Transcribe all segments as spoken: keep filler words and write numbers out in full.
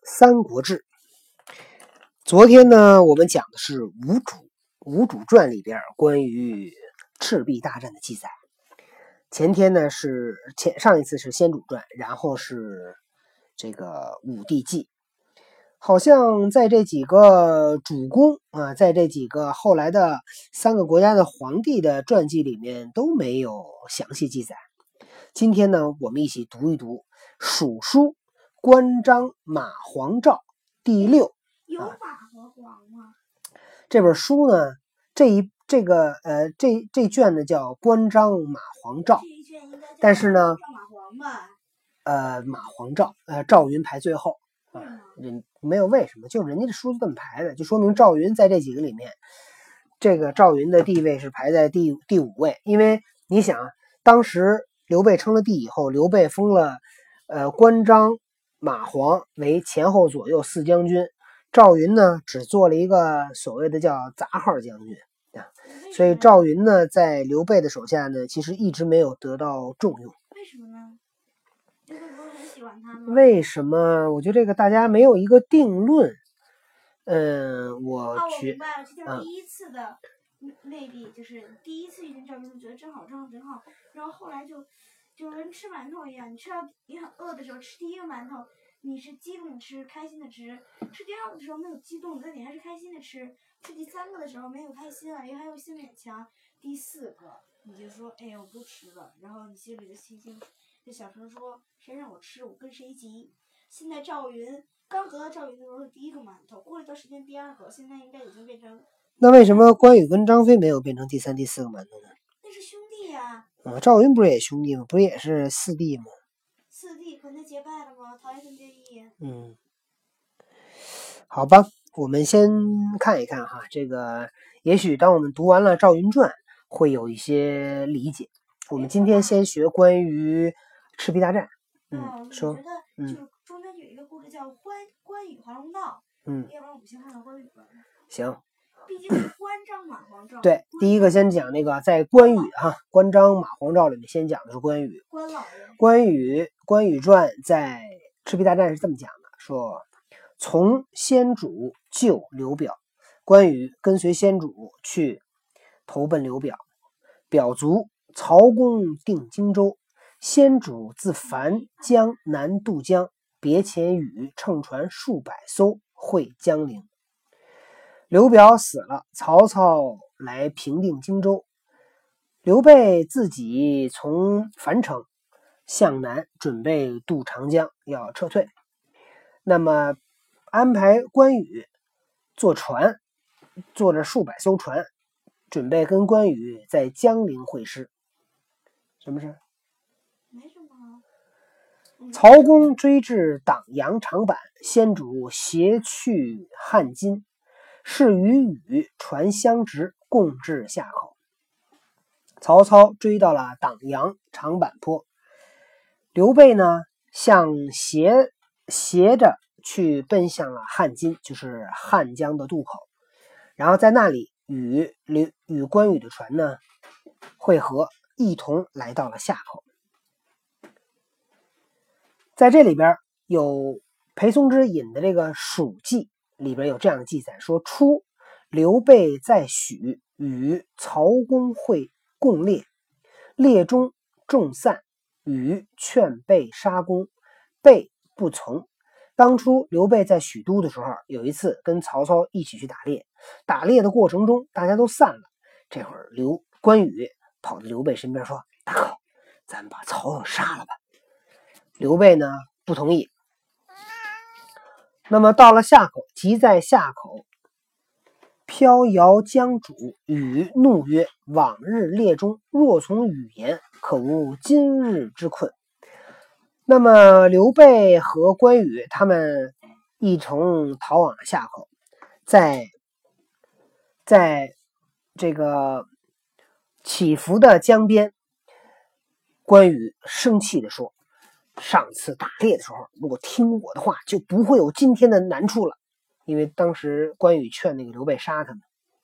三国志，昨天呢，我们讲的是吴主吴主传里边关于赤壁大战的记载。前天呢是前上一次是先主传，然后是这个武帝纪。好像在这几个主公啊，在这几个后来的三个国家的皇帝的传记里面都没有详细记载。今天呢，我们一起读一读蜀书关张马黄赵第六。 有马和黄吗？ 这本书呢，这一这个呃这这卷呢叫关张马黄赵，但是呢， 马黄吧， 呃马黄赵，呃赵云排最后啊，人没有为什么，就人家的书这么排的，就说明赵云在这几个里面，这个赵云的地位是排在第第五位，因为你想，当时刘备称了帝以后，刘备封了呃关张马黄为前后左右四将军。赵云呢，只做了一个所谓的叫杂号将军啊，所以赵云呢，在刘备的手下呢，其实一直没有得到重用。 为什么呢？刘备不是很喜欢他吗？ 为什么？我觉得这个大家没有一个定论。嗯，我哦，我觉明白了，这叫嗯第一次的内地，就是第一次遇见赵云，觉得真好，真好，真好。然后后来就就跟吃馒头一样，你吃到你很饿的时候吃第一个馒头，你是激动的吃，开心的吃；吃第二个的时候没有激动，但你还是开心的吃；吃第三个的时候没有开心了，因为还有心勉强；第四个你就说，哎，我不吃了，然后你心里的心情就想成说，谁让我吃，我跟谁急。现在赵云刚得到赵云的时候是第一个馒头，过了一段时间第二个，现在应该已经变成。 那为什么关羽跟张飞没有变成第三、第四个馒头呢？ 那是兄弟呀、 啊，赵云不是也兄弟吗？不是也是四弟吗？ 四弟可能结拜了吗？陶冶跟介意。 嗯，好吧，我们先看一看哈，这个也许当我们读完了赵云传，会有一些理解。我们今天先学关于赤壁大战。嗯，说我觉得就是中间有一个故事叫关关羽华容道。 嗯， 要不然我们先看看关羽吧。 行。 毕竟是关张马黄赵。 对，第一个先讲那个在关羽哈、啊，关张马黄赵里面先讲的是关羽。 关老爷。 关羽关羽传在赤壁大战是这么讲的，说从先主救刘表，关羽跟随先主去投奔刘表，表卒曹公定荆州，先主自樊江南渡江，别遣羽乘船数百艘会江陵。刘表死了，曹操来平定荆州，刘备自己从樊城向南准备渡长江，要撤退。那么安排关羽坐船，坐着数百艘船，准备跟关羽在江陵会师。什么事？ 没什么。 曹公追至党阳长坂，先主携去汉津，是与羽船相执，共至下口。曹操追到了党阳长坂坡，刘备呢向斜斜着去奔向了汉津，就是汉江的渡口，然后在那里与与与关羽的船呢会合，一同来到了下口。在这里边有裴松之引的这个《蜀记》里边有这样的记载，说初刘备在许与曹公会共猎，猎中众散，羽劝备杀公，备不从。当初刘备在许都的时候，有一次跟曹操一起去打猎，打猎的过程中大家都散了，这会儿刘关羽跑到刘备身边说：“大哥，咱们把曹操杀了吧。”刘备呢不同意。那么到了下口，即在下口飘摇江渚，羽怒曰：“往日猎中，若从语言，可无今日之困。”那么刘备和关羽他们一同逃往了下口，在在这个起伏的江边，关羽生气地说：“上次打猎的时候，如果听我的话，就不会有今天的难处了。”因为当时关羽劝那个刘备杀他们。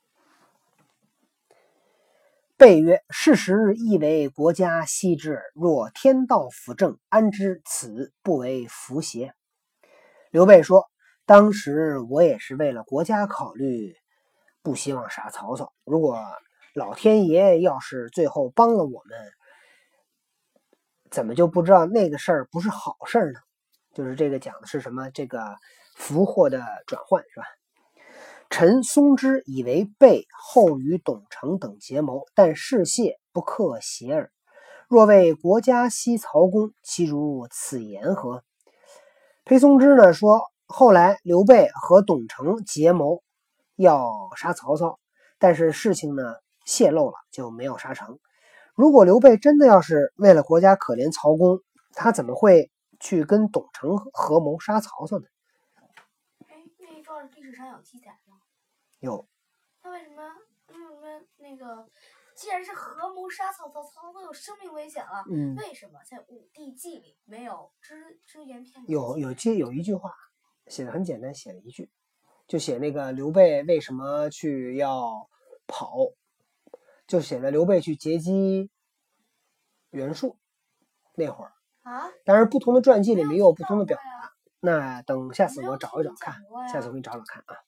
备曰：“事时亦为国家惜之耳，若天道辅政，安知此不为福邪？” 刘备说，当时我也是为了国家考虑，不希望杀曹操。如果老天爷要是最后帮了我们，怎么就不知道那个事儿不是好事呢？就是这个讲的是什么？这个福祸的转换是吧？臣松之以为备后与董承等结谋，但事谢不克邪耳。若为国家息曹公，其如此言何？裴松之呢说，后来刘备和董承结谋要杀曹操，但是事情呢泄露了，就没有杀成。如果刘备真的要是为了国家可怜曹公，他怎么会去跟董承合谋杀曹操呢？ 哎，那一段历史上有记载吗？ 有。 那为什么？为什么那个？既然是合谋杀曹操，曹操都有生命危险了， 嗯， 为什么在《武帝纪》里没有只只言片语？ 有有记有一句话写的很简单，写了一句，就写那个刘备为什么去要跑，就写了刘备去截击袁术那会儿啊。 当然，不同的传记里面也有不同的表达。那等下次我找一找看，下次我给你找找看啊。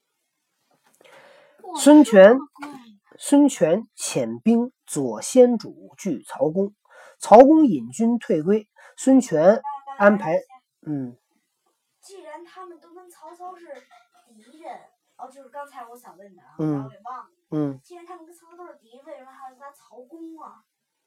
孙权。孙权遣兵左先主拒曹公，曹公引军退归。孙权安排，嗯， 既然他们都跟曹操是敌人，哦，就是刚才我想问的啊， 嗯， 我给忘了。 嗯， 既然他们跟曹操都是敌人，为什么还要杀曹公啊？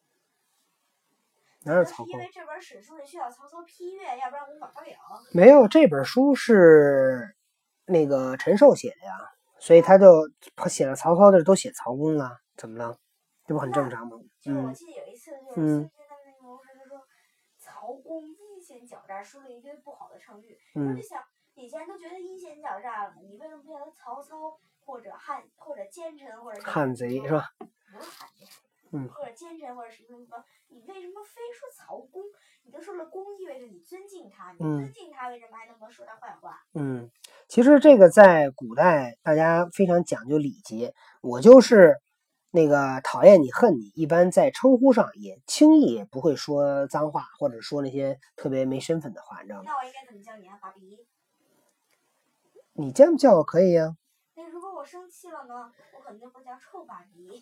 哪有曹公？ 因为这本史书里需要曹操批阅，要不然无法发表。 没有，这本书是那个陈寿写的呀。所以他就写了曹操的都写曹公了，怎么了？这不很正常吗？ 就我记得有一次，就是孙权他们那个谋士，他说曹公阴险狡诈，说了一堆不好的成语。 嗯、 我就想，以前都觉得阴险狡诈了，你为什么不叫他曹操或者汉或者奸臣或者汉贼是吧？ 不是汉贼， 嗯， 或者奸臣或者什么什么，你为什么非说曹公？你都说了公意味着你尊敬他，你尊敬他，为什么还那么说他坏话？ 嗯，其实这个在古代大家非常讲究礼节，我就是那个讨厌你恨你，一般在称呼上也轻易也不会说脏话，或者说那些特别没身份的话，你知道吗？ 那我应该怎么叫你啊，爸比？ 你这么叫我可以呀、啊。 那如果我生气了呢？我肯定会叫臭爸比。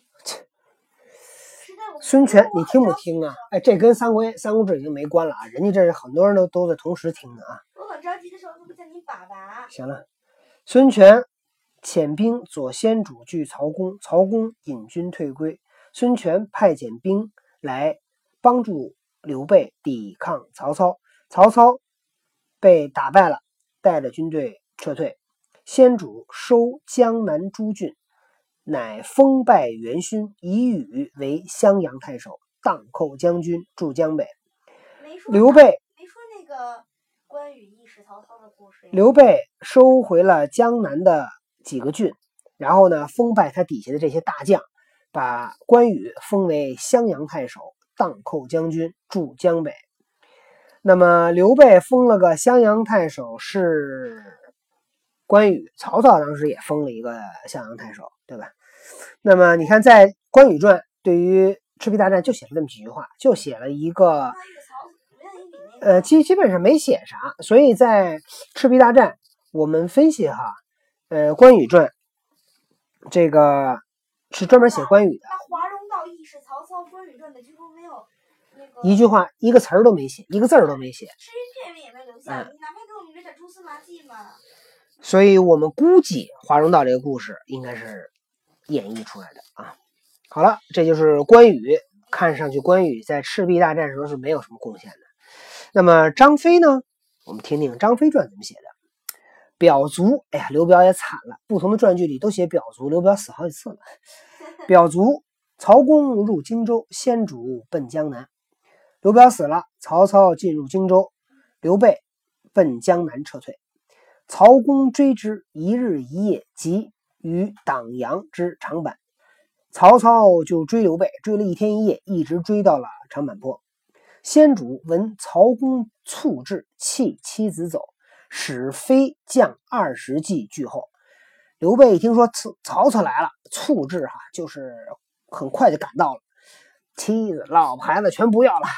孙权，你听不听啊？哎，这跟三国三国志已经没关了啊，人家这是很多人都都在同时听的啊。 我很着急的时候，都不叫你爸爸。 行了，孙权遣兵左先主拒曹公，曹公引军退归。孙权派遣兵来帮助刘备抵抗曹操，曹操被打败了，带着军队撤退。先主收江南诸郡。乃封拜元勋，以羽为襄阳太守，荡寇将军，驻江北。刘备没说那个关羽义释曹操的故事。 刘备收回了江南的几个郡，然后呢，封拜他底下的这些大将，把关羽封为襄阳太守，荡寇将军，驻江北。那么刘备封了个襄阳太守是关羽，曹操当时也封了一个襄阳太守，对吧？那么你看，在《关羽传》对于赤壁大战就写了这么几句话，就写了一个，呃，基基本上没写啥，所以在赤壁大战，我们分析哈，呃，《关羽传》这个是专门写关羽的。 那华容道义释曹操，《关羽传》的几乎没有那个一句话，一个词儿都没写，一个字儿都没写， 只言片语也没留下，你哪怕给我们留点蛛丝马迹嘛。 所以我们估计华容道这个故事应该是演绎出来的啊。好了，这就是关羽。看上去关羽在赤壁大战时候是没有什么贡献的。那么张飞呢？我们听听张飞传怎么写的。表卒，哎呀，刘表也惨了，不同的传记里都写表卒，刘表死好几次了。表卒，曹公入荆州，先主奔江南。刘表死了，曹操进入荆州，刘备奔江南撤退。曹公追之，一日一夜，及于党阳之长坂。曹操就追刘备，追了一天一夜，一直追到了长坂坡。先主闻曹公猝至，弃妻子走，使飞将二十骑拒后。刘备一听说曹操来了，猝至哈，就是很快就赶到了，妻子、老婆、孩子全不要了，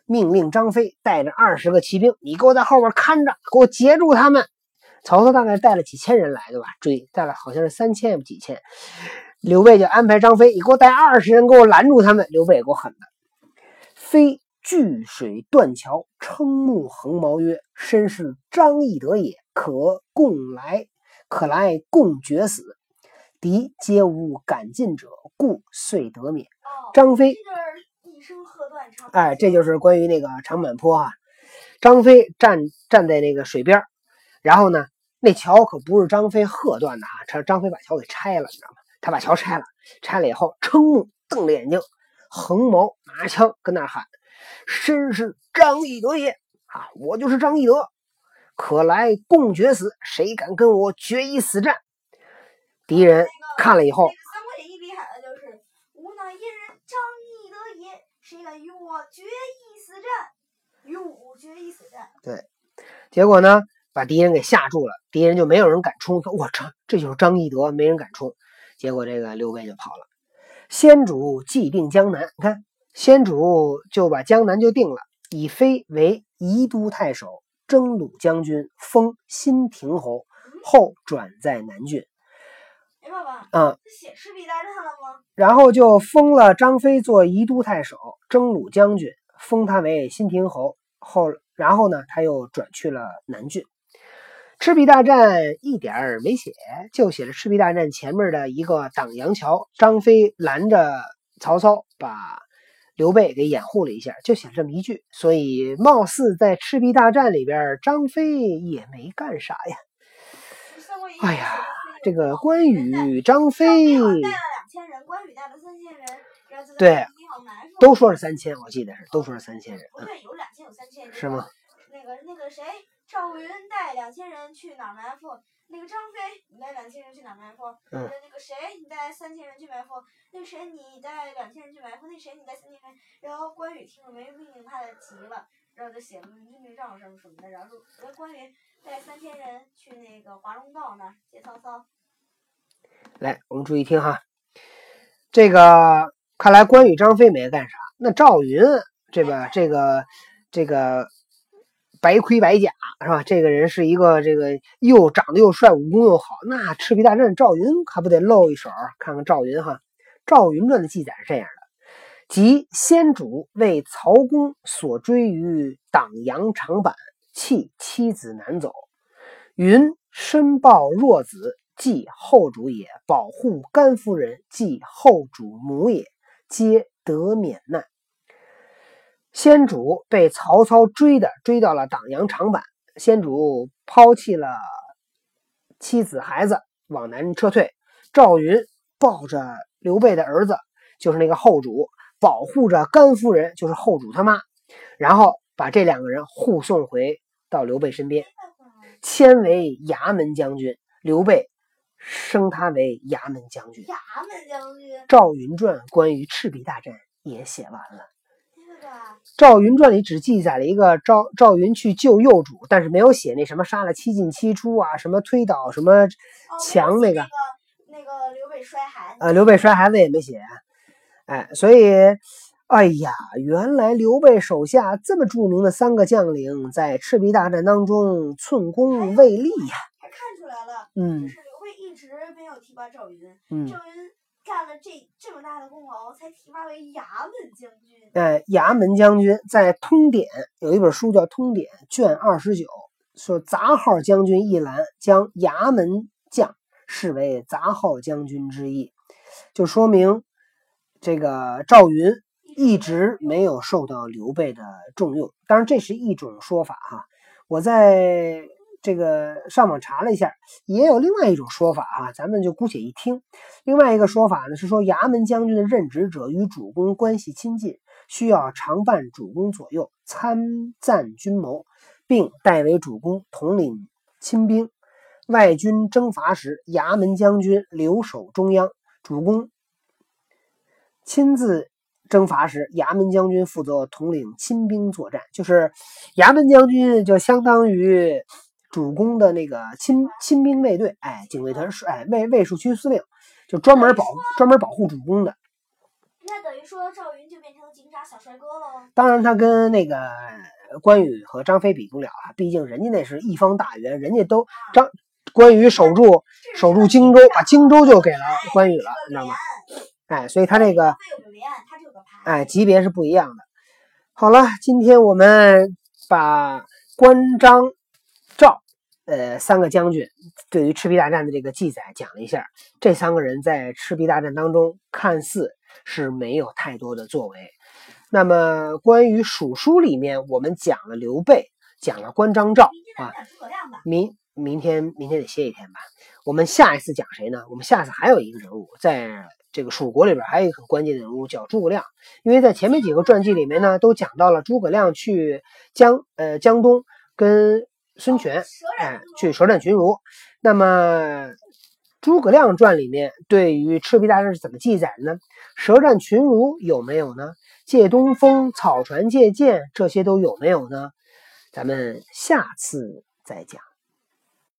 命令张飞带着二十个骑兵，你给我在后边看着，给我截住他们。曹操大概带了几千人来，对吧？追带了好像是三千也不几千。刘备就安排张飞，你给我带二十人，给我拦住他们。刘备也给我狠的，飞巨水断桥，瞠目横矛曰：“身是张翼德也，可共来，可来共决死。敌皆无敢进者，故遂得免。” 哦、 张飞， 一声喝断长， 哎，这就是关于那个长坂坡啊。张飞站站在那个水边，然后呢，那桥可不是张飞喝断的哈，张张飞把桥给拆了，你知道吗？他把桥拆了，拆了以后，瞠目瞪着眼睛，横矛拿枪跟那喊：“身是张翼德也啊，我就是张翼德，可来共决死，谁敢跟我决一死战？”敌人看了以后， 那个《三国演义》厉害的就是吾乃一人张翼德也，谁敢与我决一死战？与吾决一死战。 对，结果呢，把敌人给吓住了，敌人就没有人敢冲。我操，这就是张翼德，没人敢冲。结果这个刘备就跑了。先主既定江南，你看，先主就把江南就定了，以飞为宜都太守，征虏将军，封新亭侯，后转在南郡。 哎，爸爸， 嗯， 写赤壁大战了吗？ 然后就封了张飞做宜都太守，征虏将军，封他为新亭侯。后，然后呢，他又转去了南郡。赤壁大战一点儿没写，就写了赤壁大战前面的一个挡阳桥，张飞拦着曹操，把刘备给掩护了一下，就写了这么一句。所以貌似在赤壁大战里边，张飞也没干啥呀。哎呀，这个关羽、张飞带了两千人，关羽带了三千人， 对，都说是三千，我记得是都说是三千人。 不对，有两千有三千人。 是吗？ 那个那个谁，赵云带两千人去哪儿埋伏？那个张飞，你带两千人去哪儿埋伏？ 嗯。 那个谁，你带三千人去埋伏？那个谁，你带两千人去埋伏？那谁，你带三千人？然后关羽听了没命令，他急了，然后就写了军令状什么什么的，然后说关羽带三千人去那个华容道那儿接曹操。 来，我们注意听哈，这个看来关羽、张飞没干啥，那赵云这个这个这个白盔白甲是吧？这个人是一个这个又长得又帅，武功又好，那赤壁大战赵云还不得露一手？看看赵云哈，《赵云传》的记载是这样的：即先主为曹公所追于党阳长坂，弃妻子南走，云申报弱子，即后主也；保护甘夫人，即后主母也，皆得免难。先主被曹操追的，追到了党阳长坂，先主抛弃了妻子孩子，往南撤退。赵云抱着刘备的儿子，就是那个后主，保护着甘夫人，就是后主他妈，然后把这两个人护送回到刘备身边，迁为衙门将军。刘备升他为衙门将军。 衙门将军。 《赵云传》关于赤壁大战也写完了。 这个《 赵云传》里只记载了一个赵赵云去救幼主，但是没有写那什么杀了七进七出啊，什么推倒什么墙那个。 哦、那个那个刘备摔孩子。 呃，刘备摔孩子也没写。哎，所以，哎呀，原来刘备手下这么著名的三个将领，在赤壁大战当中寸功未立呀。 还看出来了， 嗯， 就是刘备一直没有提拔赵云， 嗯， 赵云干了这这么大的功劳，才提拔为衙门将军。 哎，衙门将军在《通典》有一本书叫《通典》，卷二十九，说杂号将军一栏将衙门将视为杂号将军之一，就说明这个赵云一直没有受到刘备的重用。当然，这是一种说法哈。我在这个上网查了一下，也有另外一种说法啊，咱们就姑且一听。另外一个说法呢是说，衙门将军的任职者与主公关系亲近，需要常伴主公左右，参赞军谋，并代为主公统领亲兵。外军征伐时，衙门将军留守中央，主公亲自征伐时，衙门将军负责统领亲兵作战。就是衙门将军就相当于主公的那个亲亲兵卫队，哎，警卫团，哎，卫卫戍区司令，就专门保专门保护主公的。 那等于说赵云就变成了金沙小帅哥喽。 当然，他跟那个关羽和张飞比不了啊，毕竟人家那是一方大员，人家都张关羽守住守住荆州，把荆州就给了关羽了，你知道吗？哎，所以他这个哎级别是不一样的。好了，今天我们把关张赵呃三个将军对于赤壁大战的这个记载讲了一下，这三个人在赤壁大战当中看似是没有太多的作为。那么关于蜀书里面我们讲了刘备，讲了关张赵啊，明明天明天得歇一天吧。我们下一次讲谁呢？我们下次还有一个人物，在这个蜀国里边还有一个很关键的人物叫诸葛亮，因为在前面几个传记里面呢都讲到了诸葛亮去江呃江东跟孙权哎去舌战群儒。那么诸葛亮传里面对于赤壁大战是怎么记载呢？舌战群儒有没有呢？借东风、草船借箭这些都有没有呢？咱们下次再讲。